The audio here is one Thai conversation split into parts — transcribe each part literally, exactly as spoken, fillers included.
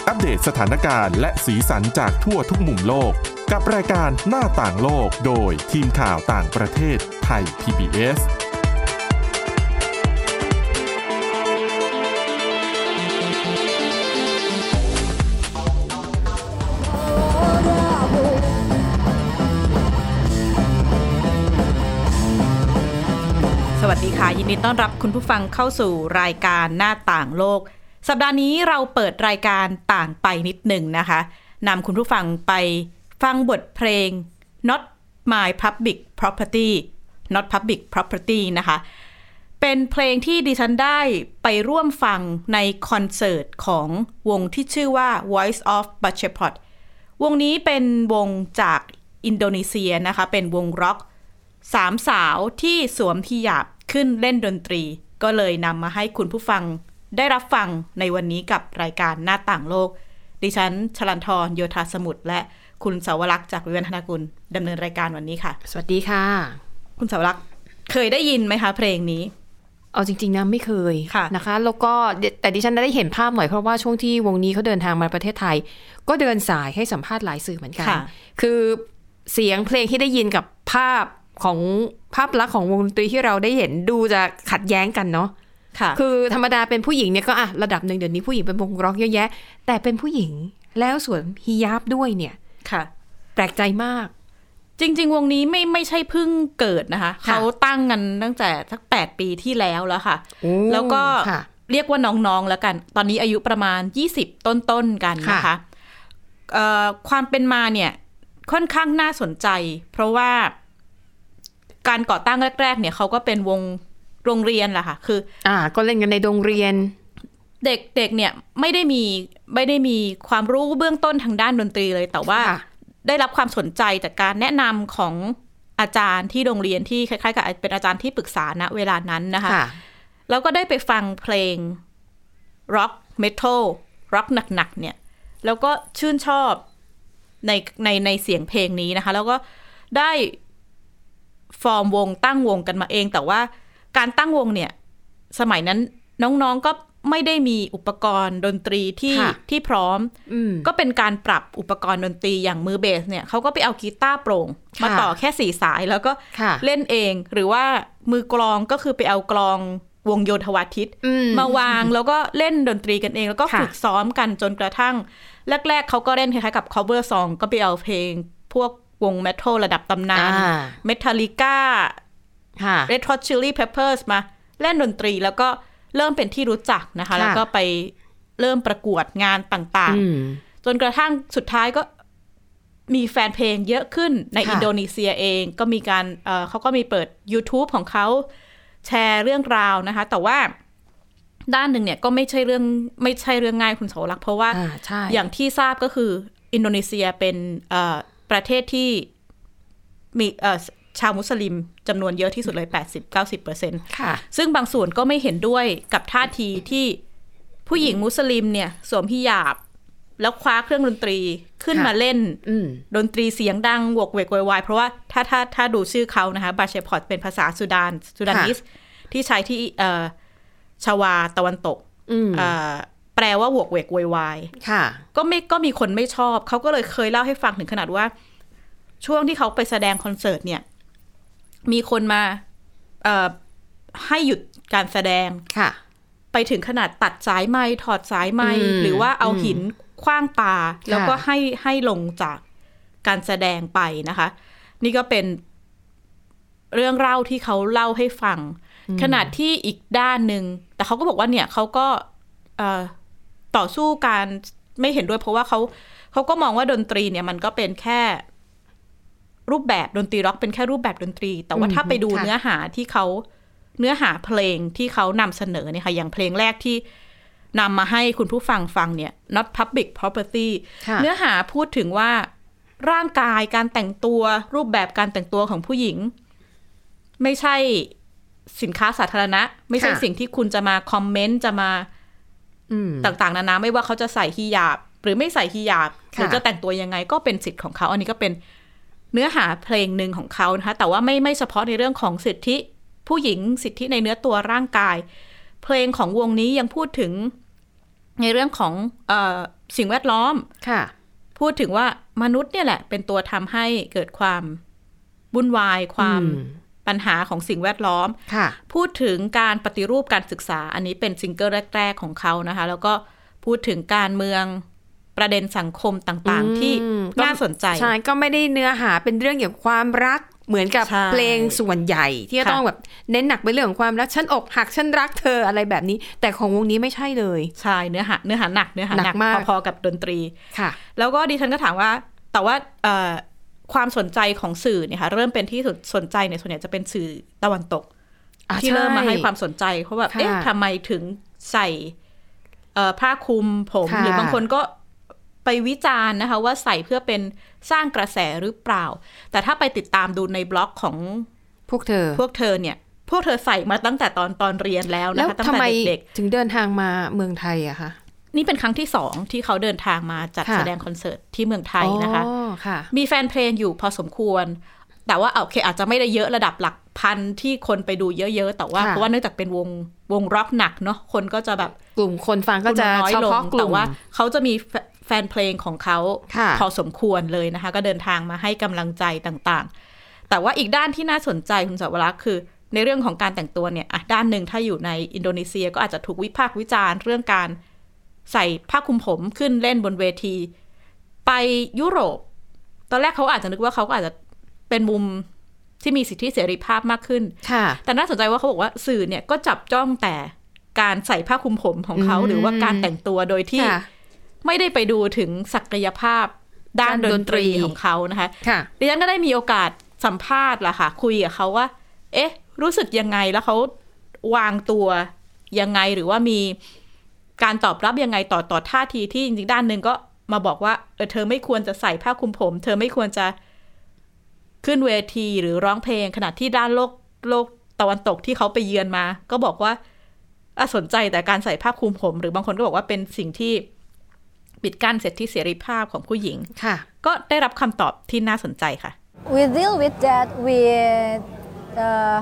อัปเดตสถานการณ์และสีสันจากทั่วทุกมุมโลกกับรายการหน้าต่างโลกโดยทีมข่าวต่างประเทศไทย พี บี เอสสวัสดีค่ะยินดีต้อนรับคุณผู้ฟังเข้าสู่รายการหน้าต่างโลกสัปดาห์นี้เราเปิดรายการต่างไปนิดหนึ่งนะคะนำคุณผู้ฟังไปฟังบทเพลง Not My Public Property Not Public Property นะคะเป็นเพลงที่ดิฉันได้ไปร่วมฟังในคอนเสิร์ตของวงที่ชื่อว่า Voice of Bachepot วงนี้เป็นวงจากอินโดนีเซียนะคะเป็นวงร็อกสามสาวที่สวมฮิญาบขึ้นเล่นดนตรีก็เลยนำมาให้คุณผู้ฟังได้รับฟังในวันนี้กับรายการหน้าต่างโลกดิฉันชลันทรโยธาสมุทรและคุณสาวรักษ์จากวิวัฒนากุลดำเนินรายการวันนี้ค่ะสวัสดีค่ะคุณสาวรักษ์เคยได้ยินไหมคะเพลงนี้เอาจริงๆนะไม่เคยะนะคะแล้วก็แต่ดิฉันได้เห็นภาพหน่อยเพราะว่าช่วงที่วงนี้เขาเดินทางมาประเทศไทยก็เดินสายให้สัมภาษณ์หลายสื่อเหมือนกันคือเสียงเพลงที่ได้ยินกับภาพของภาพลักษณ์ของวงดนตรีที่เราได้เห็นดูจะขัดแย้งกันเนาะคือธรรมดาเป็นผู้หญิงเนี่ยก็อ่ะระดับหนึ่งเดี๋ยวนี้ผู้หญิงเป็นวงร็อกเยอะแยะแต่เป็นผู้หญิงแล้วสวมฮิญาบด้วยเนี่ยค่ะแปลกใจมากจริงๆวงนี้ไม่ไม่ใช่เพิ่งเกิดนะคะเขาตั้งกันตั้งแต่สักแปดปีที่แล้วแล้วค่ะแล้วก็เรียกว่าน้องๆแล้วกันตอนนี้อายุประมาณยี่สิบต้นๆกันนะคะความเป็นมาเนี่ยค่อนข้างน่าสนใจเพราะว่าการก่อตั้งแรกๆเนี่ยเขาก็เป็นวงโรงเรียนแหละค่ะคืออ่าก็เล่นกันในโรงเรียนเด็กๆเนี่ยไม่ได้มีไม่ได้มีความรู้เบื้องต้นทางด้านดนตรีเลยแต่ว่าได้รับความสนใจจากการแนะนำของอาจารย์ที่โรงเรียนที่คล้ายๆกับเป็นอาจารย์ที่ปรึกษาณเวลานั้นนะคะแล้วก็ได้ไปฟังเพลงร็อกเมทัลร็อกหนักๆเนี่ยแล้วก็ชื่นชอบในในในเสียงเพลงนี้นะคะแล้วก็ได้ฟอร์มวงตั้งวงกันมาเองแต่ว่าการตั้งวงเนี่ยสมัยนั้นน้องๆก็ไม่ได้มีอุปกรณ์ดนตรีที่ที่พร้อมก็เป็นการปรับอุปกรณ์ดนตรีอย่างมือเบสเนี่ยเขาก็ไปเอากีตาร์โปร่งมาต่อแค่สี่สายแล้วก็เล่นเองหรือว่ามือกลองก็คือไปเอากลองวงโยธวาทิตมาวางแล้วก็เล่นดนตรีกันเองแล้วก็ฝึกซ้อมกันจนกระทั่งแรกๆเขาก็เล่นคล้ายๆกับ cover song ก็ไปเอาเพลงพวกวงเมทัลระดับตำนานเมทัลลิก้าเรดฮอตชิลลี่เพปเปอร์สมาเล่นดนตรีแล้วก็เริ่มเป็นที่รู้จักนะคะแล้วก็ไปเริ่มประกวดงานต่างๆจนกระทั่งสุดท้ายก็มีแฟนเพลงเยอะขึ้นในอินโดนีเซียเองก็มีการเอ่อเขาก็มีเปิด YouTube ของเขาแชร์เรื่องราวนะคะแต่ว่าด้านหนึ่งเนี่ยก็ไม่ใช่เรื่องไม่ใช่เรื่องง่ายคุณโสรักเพราะว่า อ, อย่างที่ทราบก็คืออินโดนีเซียเป็นเอ่อประเทศที่มีเอ่อชาวมุสลิมจำนวนเยอะที่สุดเลย แปดสิบถึงเก้าสิบเปอร์เซ็นต์ ค่ะซึ่งบางส่วนก็ไม่เห็นด้วยกับท่าทีที่ผู้หญิงมุสลิมเนี่ยสวมฮิญาบแล้วคว้าเครื่องดนตรีขึ้นมาเล่นดนตรีเสียงดังโวกเวกโวยวายเพราะว่าถ้าถ้าถ้าดูชื่อเขานะคะบาเชพอตเป็นภาษาสุดานสุดานิสที่ใช้ที่เอ่อชาวาตะวันตกเอ่อแปลว่าโวกเวกโวยวายค่ะก็ไม่ก็มีคนไม่ชอบเขาก็เลยเคยเล่าให้ฟังถึงขนาดว่าช่วงที่เขาไปแสดงคอนเสิร์ตเนี่ยมีคนมาเอ่อให้หยุดการแสดงค่ะไปถึงขนาดตัดสายไม้ถอดสายไม้หรือว่าเอาหินขว้างปาแล้วก็ให้ให้ลงจากการแสดงไปนะคะนี่ก็เป็นเรื่องเล่าที่เขาเล่าให้ฟังขนาดที่อีกด้านหนึ่งแต่เขาก็บอกว่าเนี่ยเขาก็เอ่อต่อสู้การไม่เห็นด้วยเพราะว่าเขาเขาก็มองว่าดนตรีเนี่ยมันก็เป็นแค่รูปแบบดนตรีร็อกเป็นแค่รูปแบบดนตรีแต่ว่าถ้าไปดูเนื้อหาที่เขาเนื้อหาเพลงที่เขานำเสนอเนี่ยค่ะอย่างเพลงแรกที่นำมาให้คุณผู้ฟังฟังเนี่ย Not Public Property เนื้อหาพูดถึงว่าร่างกายการแต่งตัวรูปแบบการแต่งตัวของผู้หญิงไม่ใช่สินค้าสาธารณะไม่ใช่สิ่งที่คุณจะมาคอมเมนต์จะมาต่างๆนานาไม่ว่าเขาจะใส่ฮิญาบหรือไม่ใส่ฮิญาบหรือจะแต่งตัวยังไงก็เป็นสิทธิ์ของเขาอันนี้ก็เป็นเนื้อหาเพลงหนึ่งของเขานะคะแต่ว่าไม่ไม่เฉพาะในเรื่องของสิทธิผู้หญิงสิทธิในเนื้อตัวร่างกายเพลงของวงนี้ยังพูดถึงในเรื่องของเอ่อสิ่งแวดล้อมค่ะพูดถึงว่ามนุษย์เนี่ยแหละเป็นตัวทำให้เกิดความวุ่นวายความปัญหาของสิ่งแวดล้อมพูดถึงการปฏิรูปการศึกษาอันนี้เป็นซิงเกิลแรกๆของเขานะคะแล้วก็พูดถึงการเมืองประเด็นสังคมต่างๆที่น่าสนใจใช่ก็ไม่ได้เนื้อหาเป็นเรื่องเกี่ยวกับความรักเหมือนกับเพลงส่วนใหญ่ที่ต้องแบบเน้นหนักไปเรื่องของความรักฉันอกหักฉันรักเธออะไรแบบนี้แต่ของวงนี้ไม่ใช่เลยใช่เนื้อหาเนื้อหาหนักเนื้อหาหนักพอๆกับดนตรีค่ะแล้วก็ดิฉันก็ถามว่าแต่ว่าความสนใจของสื่อเนี่ยค่ะเริ่มเป็นที่สนใจเนี่ยส่วนใหญ่จะเป็นสื่อตะวันตกที่เริ่มมาให้ความสนใจเพราะแบบเอ๊ะทำไมถึงใส่ผ้าคลุมผมหรือบางคนก็ไปวิจารณ์นะคะว่าใส่เพื่อเป็นสร้างกระแสหรือเปล่าแต่ถ้าไปติดตามดูในบล็อกของพวกเธอพวกเธอเนี่ยพวกเธอใส่มาตั้งแต่ตอนตอนเรียนแล้วนะคะตั้งแต่เด็กๆถึงเดินทางมาเมืองไทยอะคะนี่เป็นครั้งที่สองที่เขาเดินทางมาจัดแสดงคอนเสิร์ตที่เมืองไทยนะคะมีแฟนเพลงอยู่พอสมควรแต่ว่าโอเคอาจจะไม่ได้เยอะระดับหลักพันที่คนไปดูเยอะๆแต่ว่าเพราะว่าเนื่องจากเป็นวงวงร็อกหนักเนาะคนก็จะแบบกลุ่มคนฟังก็จะน้อยลงแต่ว่าเขาจะมีแฟนเพลงของเขาพอสมควรเลยนะคะก็เดินทางมาให้กำลังใจต่างๆแต่ว่าอีกด้านที่น่าสนใจคุณสาวรักษ์คือในเรื่องของการแต่งตัวเนี่ยอ่ะด้านหนึ่งถ้าอยู่ในอินโดนีเซียก็อาจจะถูกวิพากษ์วิจารณ์เรื่องการใส่ผ้าคลุมผมขึ้นเล่นบนเวทีไปยุโรปตอนแรกเขาอาจจะนึกว่าเขาก็อาจจะเป็นมุมที่มีสิทธิเสรีภาพมากขึ้นแต่น่าสนใจว่าเขาบอกว่าสื่อเนี่ยก็จับจ้องแต่การใส่ผ้าคลุมผมของเขาหรือว่าการแต่งตัวโดยที่ไม่ได้ไปดูถึงศักยภาพด้านดนตรีของเขานะคะดิฉันก็ได้มีโอกาสสัมภาษณ์ล่ะค่ะคุยกับเขาว่าเอ๊ะรู้สึกยังไงแล้วเขาวางตัวยังไงหรือว่ามีการตอบรับยังไงต่อต่อท่าทีที่จริงๆด้านนึงก็มาบอกว่าเออเธอไม่ควรจะใส่ผ้าคลุมผมเธอไม่ควรจะขึ้นเวทีหรือร้องเพลงขณะที่ด้านโลกโลกตะวันตกที่เขาไปเยือนมาก็บอกว่าสนใจแต่การใส่ผ้าคลุมผมหรือบางคนก็บอกว่าเป็นสิ่งที่ปิดกั้นสิทธิเสรีภาพของผู้หญิงค่ะก็ได้รับคำตอบที่น่าสนใจค่ะ We deal with that with uh,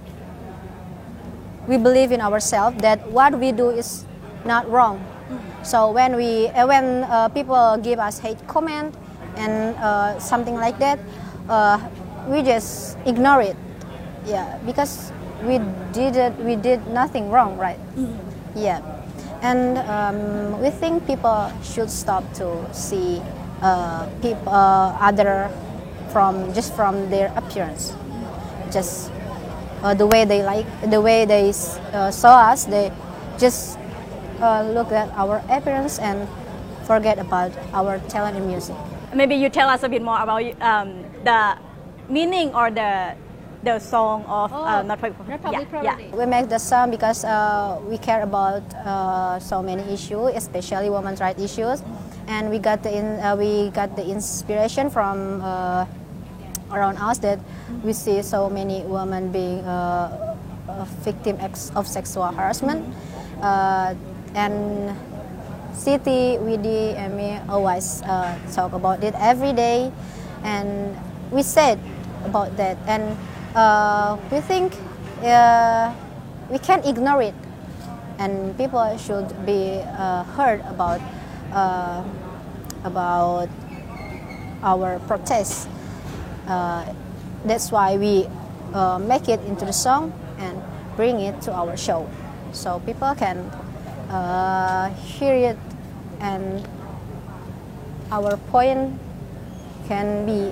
we believe in ourselves that what we do is not wrong. So when we when uh, people give us hate comment and uh, something like that, uh, we just ignore it. Yeah, because we did it, we did nothing wrong, right? Yeah.And um, we think people should stop to see uh, people, uh, other from just from their appearance, just uh, the way they like, the way they uh, saw us. They just uh, look at our appearance and forget about our talent in music. Maybe you tell us a bit more about um, the meaning or the.The song of oh, uh, Not Public Property. Yeah, yeah. We make the song because uh, we care about uh, so many issues, especially women's rights issues, and we got the in, uh, we got the inspiration from uh, around us that we see so many women being uh, a victim of sexual harassment, uh, and Siti, Widi, and me always uh, talk about it every day, and we said about that and.Uh, we think uh, we can't ignore it, and people should be uh, heard about uh, about our protests. Uh, that's why we uh, make it into the song and bring it to our show, so people can uh, hear it, and our point can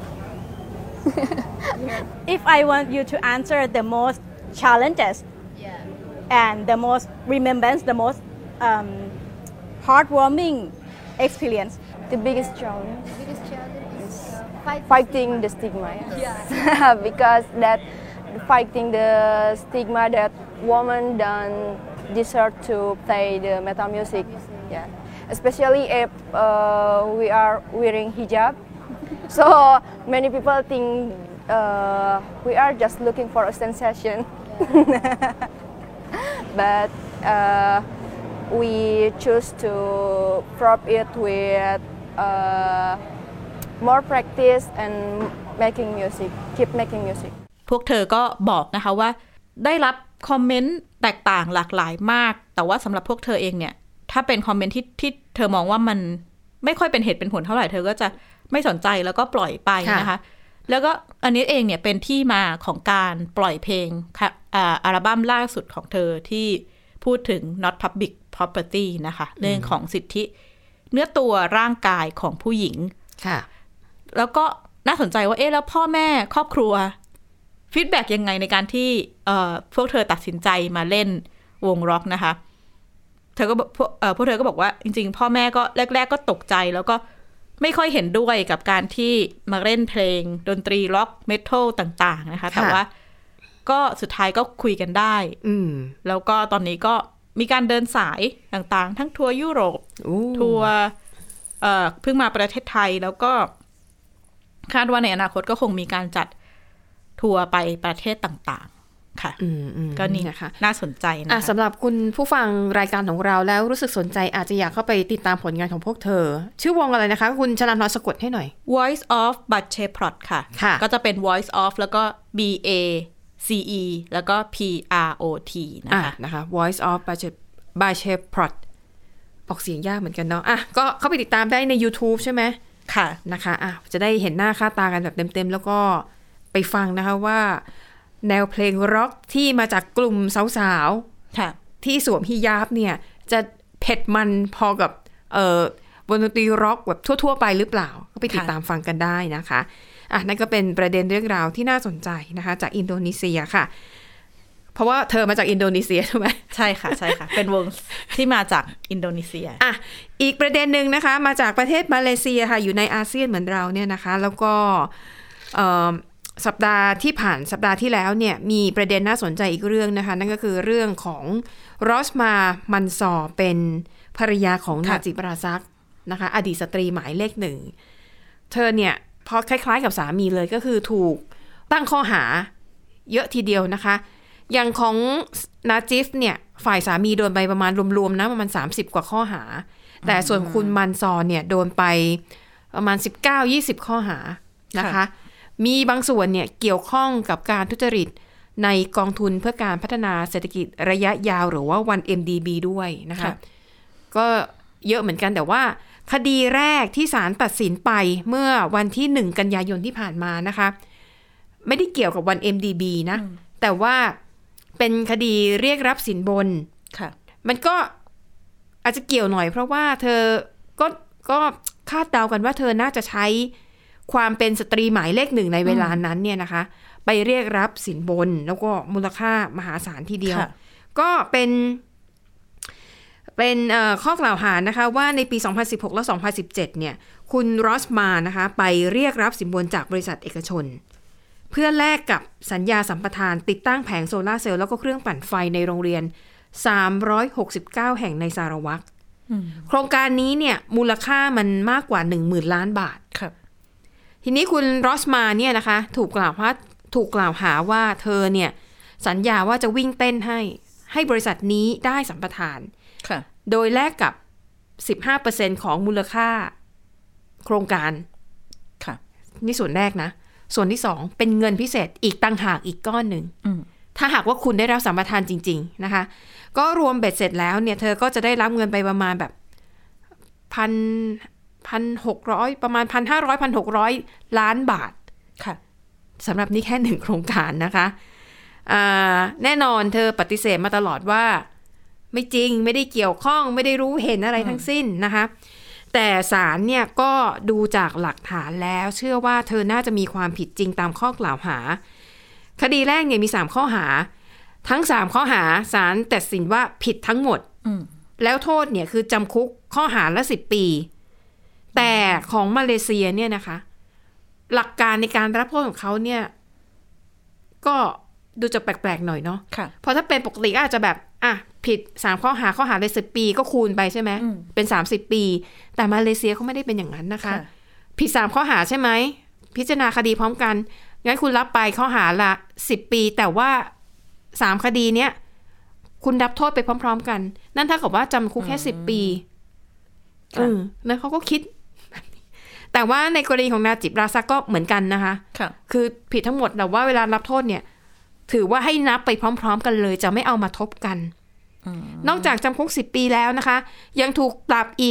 be.If I want you to answer the most challenges yeah. and the most remembrance, the most um, heartwarming experience. The biggest challenge, the biggest challenge is fight fighting the stigma. Yes. Yeah. Because that fighting the stigma that women don't deserve to play the metal music. Yeah. Especially if uh, we are wearing hijab.So many people think uh, we are just looking for a sensation, but uh, we choose to prop it with uh, more practice and making music, keep making music. พวกเธอก็บอกนะคะว่าได้รับคอมเมนต์แตกต่างหลากหลายมากแต่ว่าสำหรับพวกเธอเองเนี่ยถ้าเป็นคอมเมนต์ที่ที่เธอมองว่ามันไม่ค่อยเป็นเหตุเป็นผลเท่าไหร่เธอก็จะไม่สนใจแล้วก็ปล่อยไปนะคะแล้วก็อันนี้เองเนี่ยเป็นที่มาของการปล่อยเพลงอัลบั้มล่าสุดของเธอที่พูดถึง not public property นะคะเรื่องของสิทธิเนื้อตัวร่างกายของผู้หญิงค่ะแล้วก็น่าสนใจว่าเอ๊ะแล้วพ่อแม่ครอบครัวฟีดแบ็กยังไงในการที่เอ่อพวกเธอตัดสินใจมาเล่นวงร็อกนะคะเธอก็พวกเอ่อพวกเธอก็บอกว่าจริงๆพ่อแม่ก็แรกๆก็ตกใจแล้วก็ไม่ค่อยเห็นด้วยกับการที่มาเล่นเพลงดนตรีร็อกเมทัลต่างๆนะคะแต่ว่าก็สุดท้ายก็คุยกันได้แล้วก็ตอนนี้ก็มีการเดินสายต่างๆทั้งทัวร์ยุโรปทัวร์เอ่อเพิ่งมาประเทศไทยแล้วก็คาดว่าในอนาคตก็คงมีการจัดทัวร์ไปประเทศต่างๆค่ะก็นี่นะคะน่าสนใจนะสำหรับคุณผู้ฟังรายการของเราแล้วรู้สึกสนใจอาจจะอยากเข้าไปติดตามผลงานของพวกเธอชื่อวงอะไรนะคะคุณชลันทร์สะกดให้หน่อย Voice of Bacheprot ค่ะก็จะเป็น Voice of แล้วก็ B A C E แล้วก็ P R O T นะคะนะคะ Voice of Bacheprot ออกเสียงยากเหมือนกันเนาะอ่ะก็เข้าไปติดตามได้ใน YouTube ใช่ไหมค่ะนะคะอ่ะจะได้เห็นหน้าค่าตากันแบบเต็มๆแล้วก็ไปฟังนะคะว่าแนวเพลงร็อกที่มาจากกลุ่มสาวๆที่สวมฮิญาบเนี่ยจะเผ็ดมันพอกับเอ่อวงดนตรีร็อกแบบทั่วๆไปหรือเปล่าก็ไปติดตามฟังกันได้นะคะอ่ะนั่นก็เป็นประเด็นเรื่องราวที่น่าสนใจนะคะจากอินโดนีเซียค่ะเพราะว่าเธอมาจากอินโดนีเซียใช่ไหมใช่ค่ะใช่ค่ะเป็นวงที่มาจากอินโดนีเซียอ่ะอีกประเด็นหนึ่งนะคะมาจากประเทศมาเลเซียค่ะอยู่ในอาเซียนเหมือนเราเนี่ยนะคะแล้วก็เอ่อสัปดาห์ที่ผ่านสัปดาห์ที่แล้วเนี่ยมีประเด็นน่าสนใจอีกเรื่องนะคะนั่นก็คือเรื่องของรอสมามันซอเป็นภรรยาของนาจิบราซักนะคะอดีตสตรีหมายเลขหนึ่งเธอเนี่ยพอคล้ายๆกับสามีเลยก็คือถูกตั้งข้อหาเยอะทีเดียวนะคะอย่างของนาจิฟเนี่ยฝ่ายสามีโดนไปประมาณรวมๆนะประมาณสามสิบกว่าข้อหาแต่ส่วนคุณมันซอเนี่ยโดนไปประมาณ สิบเก้ายี่สิบ ข้อหานะคะมีบางส่วนเนี่ยเกี่ยวข้องกับการทุจริตในกองทุนเพื่อการพัฒนาเศรษฐกิจระยะยาวหรือว่า วัน เอ็ม ดี บี ด้วยนะคะก็เยอะเหมือนกันแต่ว่าคดีแรกที่ศาลตัดสินไปเมื่อวันที่หนึ่งกันยายนที่ผ่านมานะคะไม่ได้เกี่ยวกับวัน เอ็ม ดี บี นะแต่ว่าเป็นคดีเรียกรับสินบนมันก็อาจจะเกี่ยวหน่อยเพราะว่าเธอก็ก็คาดเดากันว่าเธอน่าจะใช้ความเป็นสตรีหมายเลขหนึ่งในเวลานั้นเนี่ยนะคะไปเรียกรับสินบนแล้วก็มูลค่ามหาศาลทีเดียวก็เป็นเป็นข้อกล่าวหานะคะว่าในปีสองพันสิบหกและสองพันสิบเจ็ดเนี่ยคุณรอสมานะคะไปเรียกรับสินบนจากบริษัทเอกชนเพื่อแลกกับสัญญาสัมปทานติดตั้งแผงโซลาร์เซลล์แล้วก็เครื่องปั่นไฟในโรงเรียนสามร้อยหกสิบเก้าแห่งในซาราวักโครงการนี้เนี่ยมูลค่ามันมากกว่า หนึ่งหมื่น ล้านบาททีนี้คุณรอสมาเนี่ยนะคะถูกกล่าวว่าถูกกล่าวหาว่าเธอเนี่ยสัญญาว่าจะวิ่งเต้นให้ให้บริษัทนี้ได้สัมปทานโดยแลกกับ สิบห้าเปอร์เซ็นต์ ของมูลค่าโครงการนี่ส่วนแรกนะส่วนที่สองเป็นเงินพิเศษอีกตั้งหากอีกก้อนหนึ่งถ้าหากว่าคุณได้รับสัมปทานจริงๆนะคะก็รวมเบ็ดเสร็จแล้วเนี่ยเธอก็จะได้รับเงินไปประมาณแบบพันพันหกร้อยประมาณพันห้าร้อยพันหกร้อยล้านบาทค่ะสำหรับนี่แค่หนึ่งโครงการนะคะแน่นอนเธอปฏิเสธมาตลอดว่าไม่จริงไม่ได้เกี่ยวข้องไม่ได้รู้เห็นอะไรทั้งสิ้นนะคะแต่ศาลเนี่ยก็ดูจากหลักฐานแล้วเชื่อว่าเธอน่าจะมีความผิดจริงตามข้อกล่าวหาคดีแรกเนี่ยมีสามข้อหาทั้งสามข้อหาศาลตัดสินว่าผิดทั้งหมดแล้วโทษเนี่ยคือจำคุกข้อหาละสิบปีแต่ของมาเลเซียเนี่ยนะคะหลักการในการรับโทษของเขาเนี่ยก็ดูจะแปลกๆหน่อยเนาะเพราะถ้าเป็นปกติก็อาจจะแบบอ่ะผิดสามข้อหาข้อหาเลยสิบปีก็คูณไปใช่ไหมเป็นสามสิบปีแต่มาเลเซียเขาไม่ได้เป็นอย่างนั้นนะคะผิดสามข้อหาใช่ไหมพิจารณาคดีพร้อมกันงั้นคุณรับไปข้อหาละสิบปีแต่ว่าสามคดีเนี้ยคุณรับโทษไปพร้อมๆกันนั่นเท่ากับว่าจำคุกแค่สิบปีเออแล้วเขาก็คิดแต่ว่าในกรณีของนาจิบราซักก็เหมือนกันนะคะคือผิดทั้งหมดแต่ว่าเวลารับโทษเนี่ยถือว่าให้นับไปพร้อมๆกันเลยจะไม่เอามาทบกันนอกจากจำคุกสิบปีแล้วนะคะยังถูกปรับอีก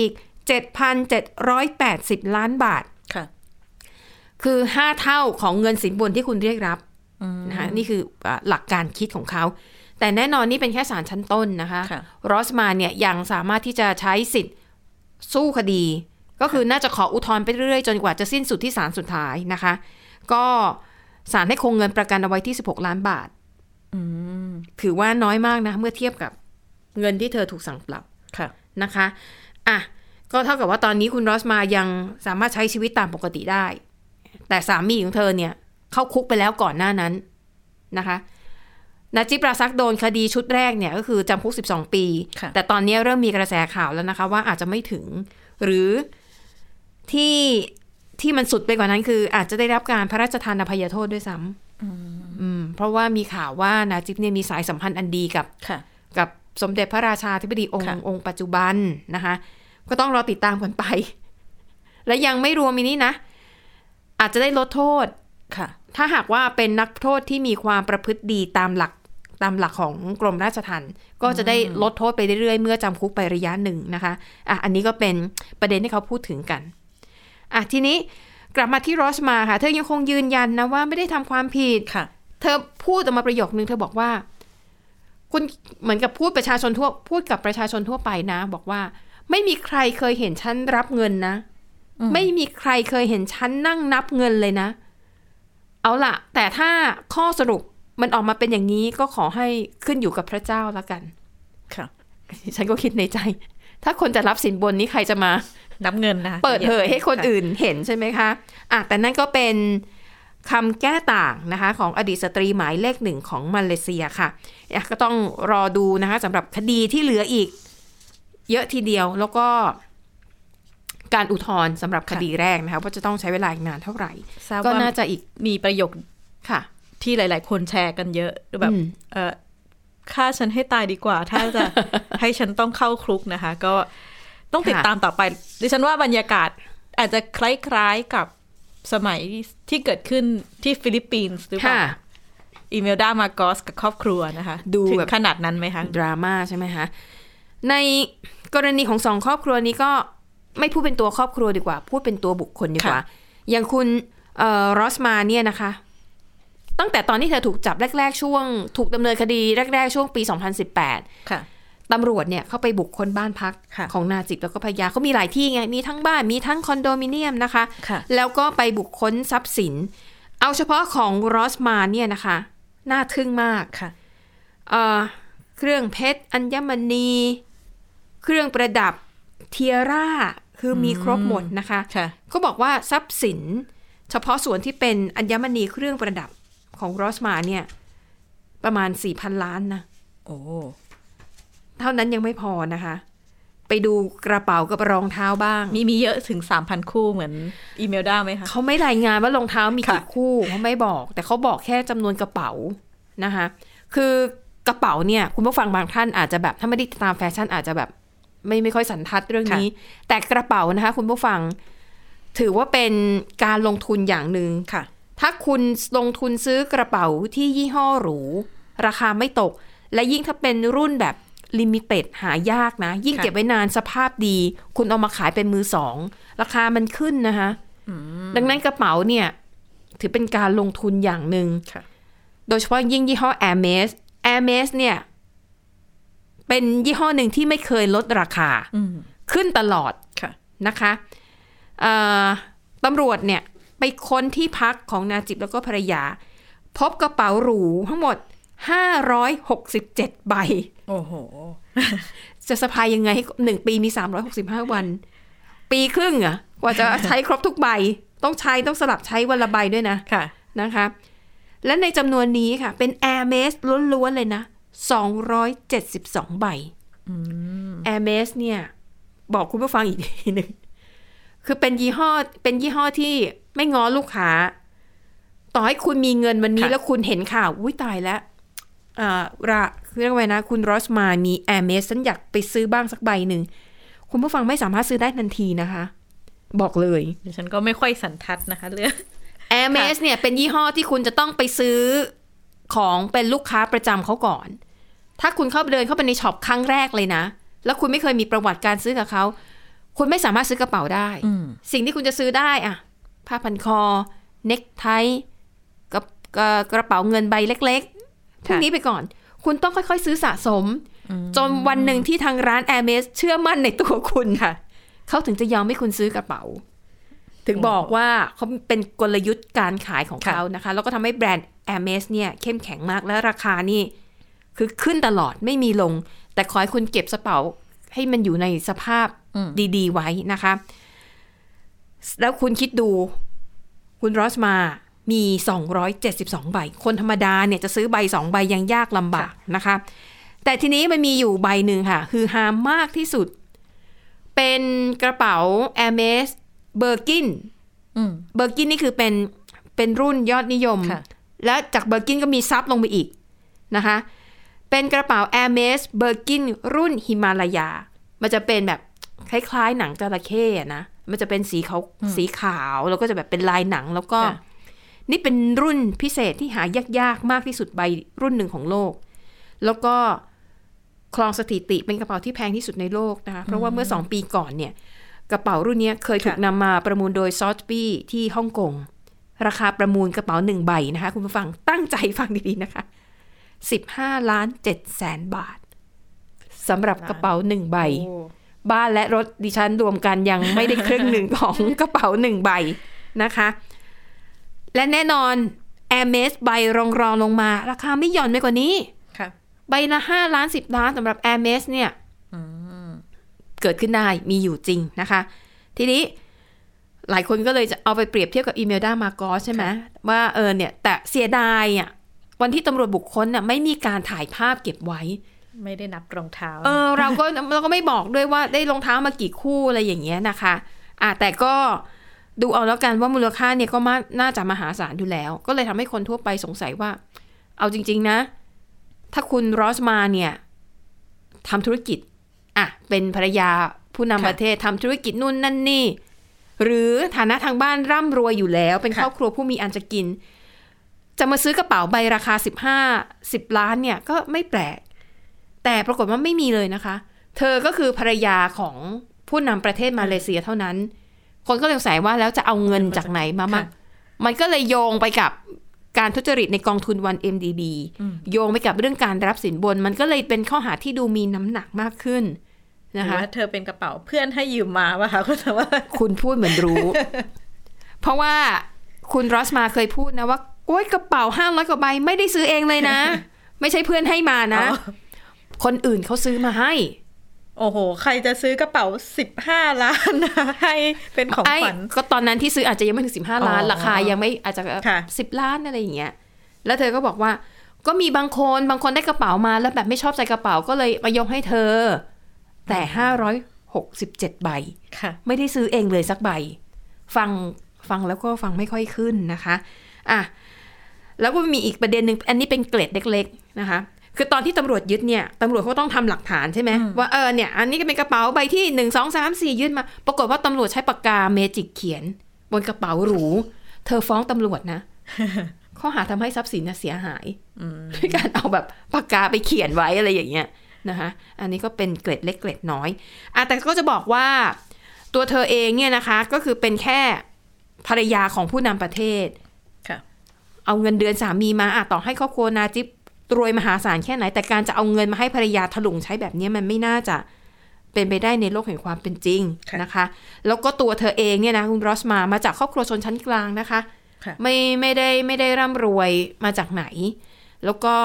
เจ็ดพันเจ็ดร้อยแปดสิบ ล้านบาทค่ะคือห้าเท่าของเงินสินบนที่คุณเรียกรับนะคะนี่คือหลักการคิดของเขาแต่แน่นอนนี่เป็นแค่ศาลชั้นต้นนะคะรอสมาเนี่ยยังสามารถที่จะใช้สิทธิ์สู้คดีก็คือน่าจะขออุทธรณ์ไปเรื่อยๆจนกว่าจะสิ้นสุดที่ศาลสุดท้ายนะคะก็ศาลให้คงเงินประกันเอาไว้ที่สิบหกล้านบาทถือว่าน้อยมากนะเมื่อเทียบกับเงินที่เธอถูกสั่งปรับนะคะอ่ะก็เท่ากับว่าตอนนี้คุณรอสมายังสามารถใช้ชีวิตตามปกติได้แต่สามีของเธอเนี่ยเข้าคุกไปแล้วก่อนหน้านั้นนะคะนาจิบราซักโดนคดีชุดแรกเนี่ยก็คือจำคุกสิบสองปีแต่ตอนนี้เริ่มมีกระแสข่าวแล้วนะคะว่าอาจจะไม่ถึงหรือที่ที่มันสุดไปกว่านั้นคืออาจจะได้รับการพระราชทานอภัยโทษด้วยซ้ำเพราะว่ามีข่าวว่านาจิบเนี่ยมีสายสัมพันธ์อันดีกับกับสมเด็จพระราชาธิบดีองค์องค์ปัจจุบันนะคะก็ต้องรอติดตามกันไปและยังไม่รวมมินี่นะอาจจะได้ลดโทษถ้าหากว่าเป็นนักโทษที่มีความประพฤติดีตามหลักตามหลักของกรมราชทัณฑ์ก็จะได้ลดโทษไปเรื่อยๆเมื่อจำคุกไประยะหนึ่งนะคะอ่ะอันนี้ก็เป็นประเด็นที่เขาพูดถึงกันอ่ะทีนี้กลับมาที่รอสมาค่ะเธอยังคงยืนยันนะว่าไม่ได้ทำความผิดเธอพูดออกมาประโยคนึงเธอบอกว่าคุณเหมือนกับพูดประชาชนทั่วพูดกับประชาชนทั่วไปนะบอกว่าไม่มีใครเคยเห็นฉันรับเงินนะไม่มีใครเคยเห็นฉันนั่งนับเงินเลยนะเอาล่ะแต่ถ้าข้อสรุปมันออกมาเป็นอย่างนี้ก็ขอให้ขึ้นอยู่กับพระเจ้าละกันค่ะฉันก็คิดในใจถ้าคนจะรับสินบนนี้ใครจะมานับเงินนะเปิดเผยให้คนอื่นเห็นใช่ไหมคะอ่ะแต่นั่นก็เป็นคำแก้ต่างนะคะของอดีตสตรีหมายเลขหนึ่งของมาเลเซียค่ะก็ต้องรอดูนะคะสำหรับคดีที่เหลืออีกเยอะทีเดียวแล้วก็การอุทธรณ์สำหรับคดีแรกนะคะว่าจะต้องใช้เวลาอีกนานเท่าไหร่ก็น่าจะอีกมีประโยคค่ะที่หลายๆคนแชร์กันเยอะแบบเออฆ่าฉันให้ตายดีกว่าถ้าจะ ให้ฉันต้องเข้าคุกนะคะก็ต้องติดตามต่อไปดิฉันว่าบรรยากาศอาจจะคล้ายๆกับสมัยที่เกิดขึ้นที่ฟิลิปปินส์หรือเปล่าอีเมลดามาโกสกับครอบครัวนะคะดูถึงแบบขนาดนั้นไหมคะดราม่าใช่ไหมคะในกรณีของสองครอบครัวนี้ก็ไม่พูดเป็นตัวครอบครัวดีกว่าพูดเป็นตัวบุคคลดีกว่าอย่างคุณรอสมาเนี่ยนะคะตั้งแต่ตอนที่เธอถูกจับแรกๆช่วงถูกดำเนินคดีแรกๆช่วงปีสองพันสิบแปดค่ะตำรวจเนี่ยเข้าไปบุกค้นบ้านพักของนาจิบแล้วก็ภรรยาเขามีหลายที่ไงมีทั้งบ้านมีทั้งคอนโดมิเนียมนะคะแล้วก็ไปบุกค้นทรัพย์สินเอาเฉพาะของรอสมาเนี่ยนะคะน่าทึ่งมากค่ะเอ่อเครื่องเพชรอัญมณีเครื่องประดับเทียร่าคือมีครบหมดนะคะเขาบอกว่าทรัพย์สินเฉพาะส่วนที่เป็นอัญมณีเครื่องประดับของรอสมาเนี่ยประมาณ สี่พัน ล้านนะโอ้เท่านั้นยังไม่พอนะคะไปดูกระเป๋ากับรองเท้าบ้างมีมีเยอะถึง สามพัน คู่เหมือนอีเมลได้ไหมคะเขาไม่รายงานว่ารองเท้ามีกี่คู่เขาไม่บอกแต่เขาบอกแค่จำนวนกระเป๋านะคะคือกระเป๋าเนี่ยคุณผู้ฟังบางท่านอาจจะแบบถ้าไม่ได้ตามแฟชั่นอาจจะแบบไม่ไม่ค่อยสันทัดเรื่องนี้แต่กระเป๋านะคะคุณผู้ฟังถือว่าเป็นการลงทุนอย่างหนึ่งค่ะถ้าคุณลงทุนซื้อกระเป๋าที่ยี่ห้อหรูราคาไม่ตกและยิ่งถ้าเป็นรุ่นแบบลิมิเต็ดหายากนะยิ่งเก็บไว้นานสภาพดีคุณเอามาขายเป็นมือสองราคามันขึ้นนะคะดังนั้นกระเป๋าเนี่ยถือเป็นการลงทุนอย่างหนึ่งโดยเฉพาะยิ่งยี่ห้อ Hermes Hermes เนี่ยเป็นยี่ห้อหนึ่งที่ไม่เคยลดราคาขึ้นตลอดนะคะตำรวจเนี่ยไปค้นที่พักของนาจิบแล้วก็ภรรยาพบกระเป๋าหรูทั้งหมดห้าร้อยหกสิบเจ็ดใบโอ้โหจะสะพายยังไงให้หนึ่งปีมีสามร้อยหกสิบห้าวันปีครึ่งอะกว่าจะใช้ครบทุกใบต้องใช้ต้องสลับใช้วันละใบด้วยนะค่ะนะคะและในจำนวนนี้ค่ะเป็น Hermes ล้วนๆเลยนะสองร้อยเจ็ดสิบสองใบ Hermes เนี่ยบอกคุณผู้ฟังอีกทีนึงคือเป็นยี่ห้อเป็นยี่ห้อที่ไม่ง้อลูกค้าต่อให้คุณมีเงินวันนี้แล้วคุณเห็นข่าวอุ้ยตายแล้วอ่าระเรียกว่านะคุณรอสมามี Hermes ฉันอยากไปซื้อบ้างสักใบหนึ่งคุณผู้ฟังไม่สามารถซื้อได้ทันทีนะคะบอกเลยดิฉันก็ไม่ค่อยสันทัดนะคะเรื่อง Hermes เนี่ยเป็นยี่ห้อที่คุณจะต้องไปซื้อของเป็นลูกค้าประจำเขาก่อนถ้าคุณเข้าไปเดินเข้าไปในช็อปครั้งแรกเลยนะแล้วคุณไม่เคยมีประวัติการซื้อกับเขาคุณไม่สามารถซื้อกระเป๋าได้สิ่งที่คุณจะซื้อได้อะผ้าพันคอเน็กไทกับกระเป๋าเงินใบเล็กๆพวกนี้ไปก่อนคุณต้องค่อยๆซื้อสะสมจนวันหนึ่งที่ทางร้าน Hermes เชื่อมั่นในตัวคุณค่ะเขาถึงจะยอมให้คุณซื้อกระเป๋าถึงบอกว่าเขาเป็นกลยุทธ์การขายของเขานะคะแล้วก็ทำให้แบรนด์ Hermes เนี่ยเข้มแข็งมากและราคานี่คือขึ้นตลอดไม่มีลงแต่ขอให้คุณเก็บกระเป๋าให้มันอยู่ในสภาพดีๆไว้นะคะแล้วคุณคิดดูคุณรอสมามีสองร้อยเจ็ดสิบสองใบคนธรรมดาเนี่ยจะซื้อใบสองใบยังยากลำบากนะคะแต่ทีนี้มันมีอยู่ใบหนึ่งค่ะคือฮามากที่สุดเป็นกระเป๋า Hermes Birkin Birkin นี่คือเป็นเป็นรุ่นยอดนิยมและจาก Birkin ก็มีซับลงไปอีกนะคะเป็นกระเป๋า Hermes Birkin รุ่นฮิมาลายามันจะเป็นแบบคล้ายๆหนังจระเข้นะมันจะเป็นสีขาวสีขาวแล้วก็จะแบบเป็นลายหนังแล้วก็นี่เป็นรุ่นพิเศษที่หายากๆมากที่สุดใบรุ่นหนึ่งของโลกแล้วก็ครองสถิติเป็นกระเป๋าที่แพงที่สุดในโลกนะคะเพราะว่าเมื่อสองปีก่อนเนี่ยกระเป๋ารุ่นนี้เคยถูกนำมาประมูลโดยซอธบี้ที่ฮ่องกงราคาประมูลกระเป๋าหนึ่งใบนะคะคุณผู้ฟังตั้งใจฟังดีๆนะคะสิบห้าล้านเจ็ดแสนบาทสำหรับกระเป๋าหนึ่งใบบ้านและรถดิฉันรวมกันยังไม่ได้ครึ่งหนึ่งของกระเป๋าหนึ่งใบนะคะและแน่นอน Hermes ใบรองรองลงมาราคาไม่หย่อนไปกว่านี้ใบละห้าล้านสิบล้านสำหรับ Hermes เนี่ยเกิดขึ้นได้มีอยู่จริงนะคะทีนี้หลายคนก็เลยจะเอาไปเปรียบเทียบกับอีเมลดามาโกสใช่ไหมว่าเออเนี่ยแต่เสียดายอ่ะวันที่ตำรวจบุคคลน่ะไม่มีการถ่ายภาพเก็บไว้ไม่ได้นับรองเท้าเออเราก็เราก็ไม่บอกด้วยว่าได้รองเท้ามากี่คู่อะไรอย่างเงี้ยนะคะอ่ะแต่ก็ดูเอาแล้วกันว่ามูลค่าเนี่ยก็น่าจะมหาศาลอยู่แล้วก็เลยทำให้คนทั่วไปสงสัยว่าเอาจริงๆนะถ้าคุณรอสมาเนี่ยทำธุรกิจอ่ะเป็นภรรยาผู้นำประเทศทำธุรกิจนู่นนั่นนี่หรือฐานะทางบ้านร่ำรวยอยู่แล้วเป็นครอบครัวผู้มีอันจะกินจะมาซื้อกระเป๋าใบราคาสิบห้า สิบล้านเนี่ยก็ไม่แปลกแต่ปรากฏว่าไม่มีเลยนะคะเธอก็คือภรรยาของผู้นำประเทศมาเลเซียเท่านั้นคนก็เลยสงสัยว่าแล้วจะเอาเงินจากไหนมามามันก็เลยโยงไปกับการทุจริตในกองทุน วัน เอ็ม ดี บี โยงไปกับเรื่องการรับสินบนมันก็เลยเป็นข้อหาที่ดูมีน้ำหนักมากขึ้นนะคะว่าเธอเป็นกระเป๋าเพื่อนให้ยืมมาป่ะคะคุณแต่ว่าคุณพูดเหมือนรู้ เพราะว่าคุณรอสมาเคยพูดนะว่าโอ๊ยกระเป๋าห้าร้อยกว่าใบไม่ได้ซื้อเองเลยนะ ไม่ใช่เพื่อนให้มานะ คนอื่นเขาซื้อมาให้โอ้โหใครจะซื้อกระเป๋าสิบห้าล้านนะให้เป็นของขวัญก็ตอนนั้นที่ซื้ออาจจะยังไม่ถึงสิบห้าล้านราคายังไม่อาจจะสิบล้านอะไรอย่างเงี้ยแล้วเธอก็บอกว่าก็มีบางคนบางคนได้กระเป๋ามาแล้วแบบไม่ชอบใจกระเป๋าก็เลยมายกให้เธอแต่ห้าร้อยหกสิบเจ็ดใบไม่ได้ซื้อเองเลยสักใบฟังฟังแล้วก็ฟังไม่ค่อยขึ้นนะคะอ่ะแล้วก็มีอีกประเด็นนึงอันนี้เป็นเกร็ดเล็กๆนะคะคือตอนที่ตำรวจยึดเนี่ยตำรวจเขาต้องทำหลักฐานใช่ไหมว่าเออเนี่ยอันนี้ก็เป็นกระเป๋าใบที่หนึ่ง สอง สาม สี่ยึดมาปรากฏว่าตำรวจใช้ปากกาเมจิกเขียนบนกระเป๋าหรูเธอฟ้องตำรวจนะข้อหาทำให้ทรัพย์สินเสียหายด้วยการเอาแบบปากกาไปเขียนไว้อะไรอย่างเงี้ยนะคะอันนี้ก็เป็นเกร็ดเล็กเกร็ดน้อยอ่ะแต่ก็จะบอกว่าตัวเธอเองเนี่ยนะคะก็คือเป็นแค่ภรรยาของผู้นำประเทศเอาเงินเดือนสามีมาอ่ะต่อให้ครอบครัวนาจิบรวยมหาศาลแค่ไหนแต่การจะเอาเงินมาให้ภรรยาถลุงใช้แบบนี้มันไม่น่าจะเป็นไปได้ในโลกแห่งความเป็นจริงนะคะแล้วก็ตัวเธอเองเนี่ยนะคุณรอสมามาจากครอบครัวชนชั้นกลางนะคะไม่ไม่ได้ไม่ได้ร่ำรวยมาจากไหนแล้วก็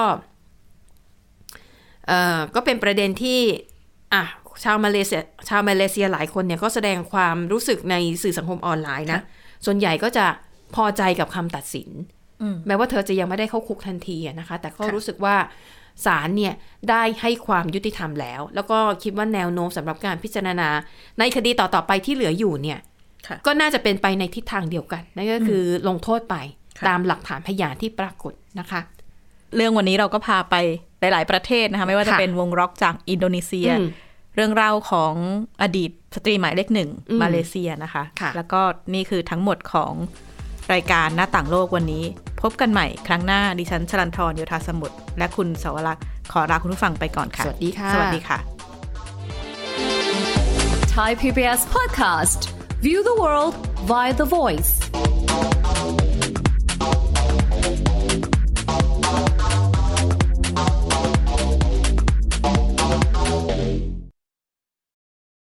เอ่อก็เป็นประเด็นที่อ่ะชาวมาเลเซียชาวมาเลเซียหลายคนเนี่ยก็แสดงความรู้สึกในสื่อสังคมออนไลน์นะส่วนใหญ่ก็จะพอใจกับคำตัดสินแม้ว่าเธอจะยังไม่ได้เข้าคุกทันทีนะคะแต่ก็รู้สึกว่าศาลเนี่ยได้ให้ความยุติธรรมแล้วแล้วก็คิดว่าแนวโน้มสำหรับการพิจารณาในคดีต่อๆไปที่เหลืออยู่เนี่ยก็น่าจะเป็นไปในทิศทางเดียวกันนั่นก็คือลงโทษไปตามหลักฐานพยานที่ปรากฏนะคะเรื่องวันนี้เราก็พาไปหลายๆประเทศนะคะไม่ว่าจะเป็นวงร็อกจากอินโดนีเซียเรื่องราวของอดีตสตรีหมายเลขหนึ่งมาเลเซียนะคะแล้วก็นี่คือทั้งหมดของรายการหน้าต่างโลกวันนี้พบกันใหม่ครั้งหน้าดิฉันชลันทรโยธาสมุทรและคุณสวรักษ์ขอลาคุณผู้ฟังไปก่อนค่ะสวัสดีค่ะสวัสดีค่ะ Thai พี บี เอส Podcast. View the world via The Voice